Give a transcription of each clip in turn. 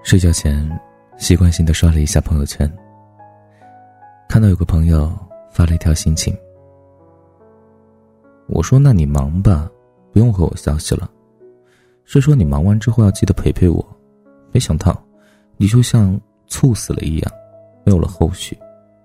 睡觉前习惯性地刷了一下朋友圈，看到有个朋友发了一条心情。我说那你忙吧，不用回我消息了。是说你忙完之后要记得陪陪我，没想到你就像猝死了一样，没有了后续。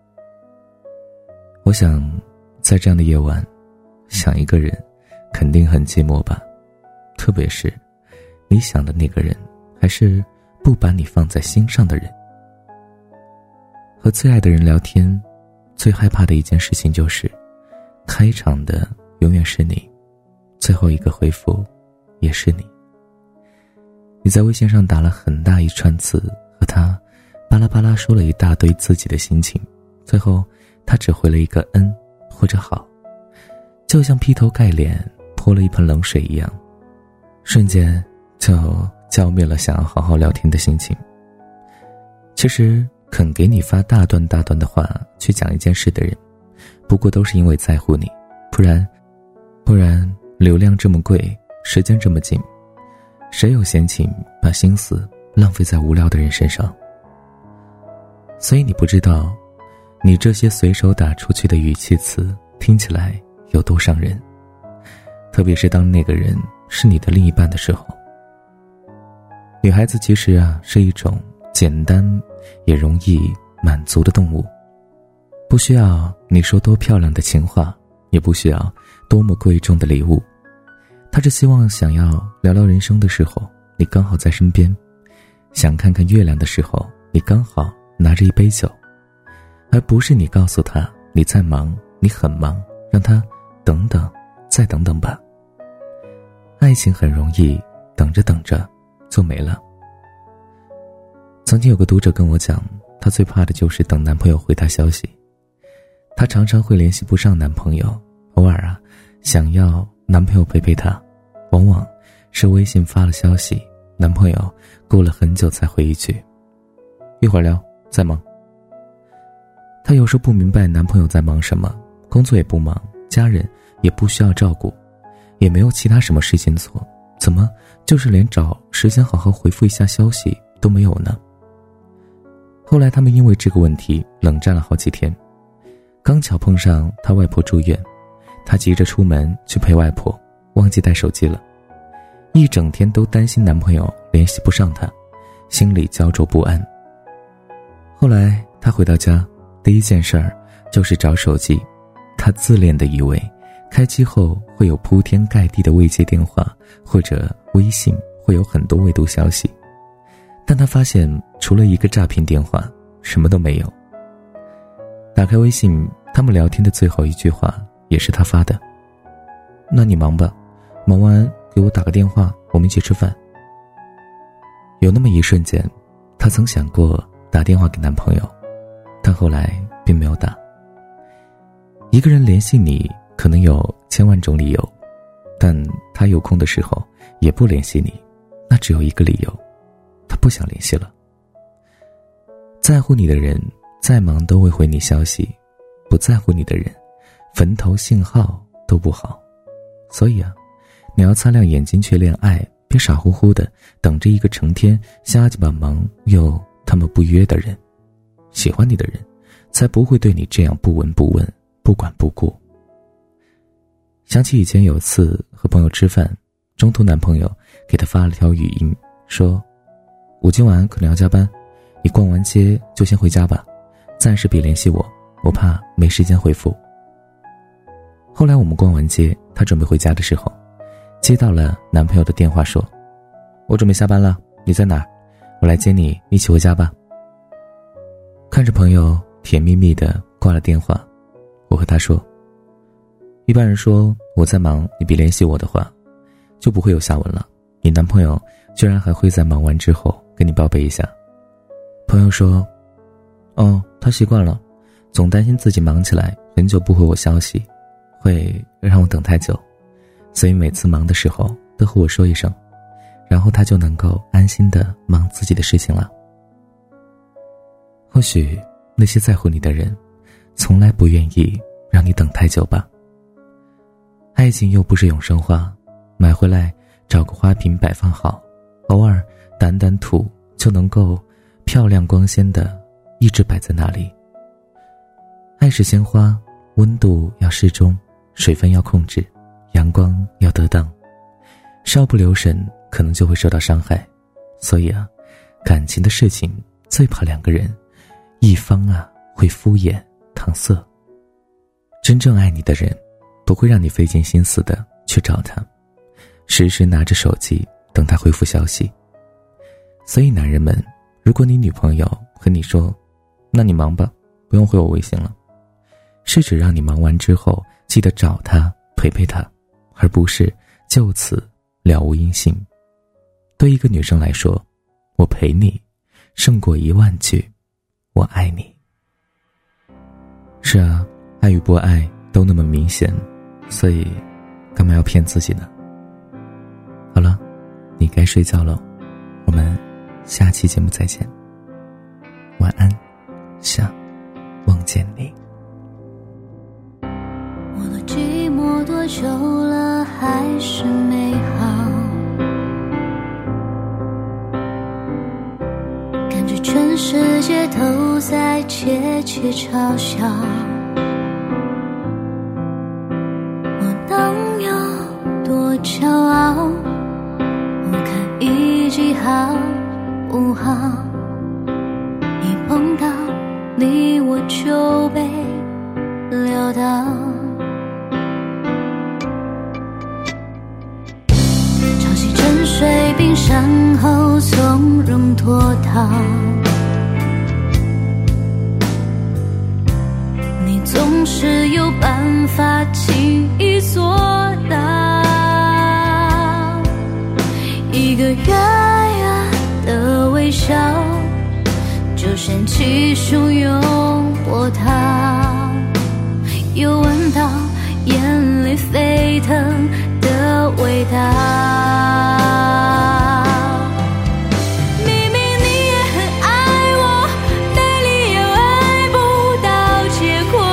我想在这样的夜晚想一个人肯定很寂寞吧，特别是你想的那个人还是不把你放在心上的人。和最爱的人聊天，最害怕的一件事情就是开场的永远是你，最后一个回复也是你。你在微信上打了很大一串字，和他巴拉巴拉说了一大堆自己的心情，最后他只回了一个或者好，就像劈头盖脸泼了一盆冷水一样，瞬间就浇灭了想要好好聊天的心情。其实肯给你发大段大段的话去讲一件事的人，不过都是因为在乎你，不然流量这么贵，时间这么紧，谁有闲情把心思浪费在无聊的人身上？所以你不知道你这些随手打出去的语气词听起来有多伤人，特别是当那个人是你的另一半的时候。女孩子其实是一种简单也容易满足的动物，不需要你说多漂亮的情话，也不需要多么贵重的礼物，她只希望想要聊聊人生的时候你刚好在身边，想看看月亮的时候你刚好拿着一杯酒，而不是你告诉她你在忙，你很忙，让她等等再等等吧。爱情很容易等着等着就没了。曾经有个读者跟我讲，她最怕的就是等男朋友回她消息。她常常会联系不上男朋友，偶尔想要男朋友陪陪她，往往是微信发了消息，男朋友过了很久才回一句一会儿聊，在忙。她有时候不明白男朋友在忙什么，工作也不忙，家人也不需要照顾，也没有其他什么事情做，怎么就是连找时间好好回复一下消息都没有呢？后来他们因为这个问题冷战了好几天，刚巧碰上他外婆住院，他急着出门去陪外婆，忘记带手机了，一整天都担心男朋友联系不上他，心里焦灼不安。后来他回到家，第一件事儿就是找手机，他自恋地以为开机后会有铺天盖地的未接电话，或者微信会有很多未读消息，但他发现除了一个诈骗电话什么都没有。打开微信，他们聊天的最后一句话也是他发的，那你忙吧，忙完给我打个电话，我们一起吃饭。有那么一瞬间，他曾想过打电话给男朋友，但后来并没有打。一个人联系你可能有千万种理由，但他有空的时候也不联系你，那只有一个理由，他不想联系了。在乎你的人再忙都会回你消息，不在乎你的人坟头信号都不好。所以你要擦亮眼睛去恋爱，别傻乎乎的等着一个成天瞎鸡巴忙又他们不约的人。喜欢你的人才不会对你这样不闻不问，不管不顾。想起以前有次和朋友吃饭，中途男朋友给他发了条语音，说我今晚可能要加班，你逛完街就先回家吧，暂时别联系我，我怕没时间回复。后来我们逛完街，他准备回家的时候，接到了男朋友的电话，说我准备下班了，你在哪儿？我来接你一起回家吧。看着朋友甜蜜蜜的挂了电话，我和他说，一般人说我在忙，你别联系我的话，就不会有下文了，你男朋友居然还会在忙完之后跟你报备一下。朋友说，他习惯了，总担心自己忙起来很久不回我消息，会让我等太久，所以每次忙的时候都和我说一声，然后他就能够安心的忙自己的事情了。或许那些在乎你的人从来不愿意让你等太久吧。爱情又不是永生花，买回来找个花瓶摆放好，偶尔掸掸土就能够漂亮光鲜的一直摆在那里。爱是鲜花，温度要适中，水分要控制，阳光要得当，稍不留神可能就会受到伤害。所以啊，感情的事情最怕两个人一方会敷衍搪塞。真正爱你的人不会让你费尽心思的去找他，时时拿着手机等他回复消息。所以男人们，如果你女朋友和你说那你忙吧，不用回我微信了，是指让你忙完之后记得找他陪陪他，而不是就此了无音信。对一个女生来说，我陪你胜过10000句我爱你。是啊，爱与不爱都那么明显，所以干嘛要骗自己呢？好了，你该睡觉了，我们下期节目再见。晚安，想梦见你。 我的寂寞多久了还是美好，感觉全世界都在窃窃嘲笑，我能有多骄傲？不看一季好不好，一碰到你我就被撂倒，潮汐沉睡冰山后从容脱逃，你总是有办法轻易做到，一个远远的微笑就掀起汹涌波涛，又闻到眼里沸腾的味道。明明你也很爱我，没理由爱不到结果，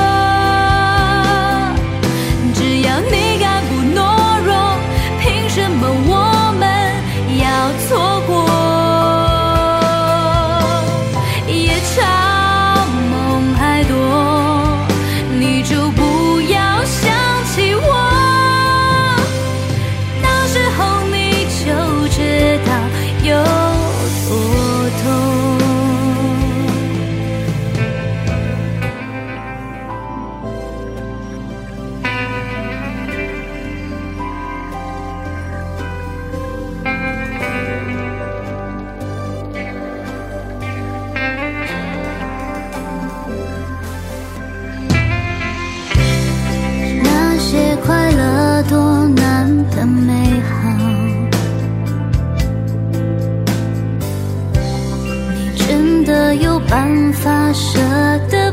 只要你敢不懦弱，凭什么我们要错过？夜长梦还多，你就不要想起我，到时候你就知道有多痛。那些快乐多难的美好，你真的有办法舍得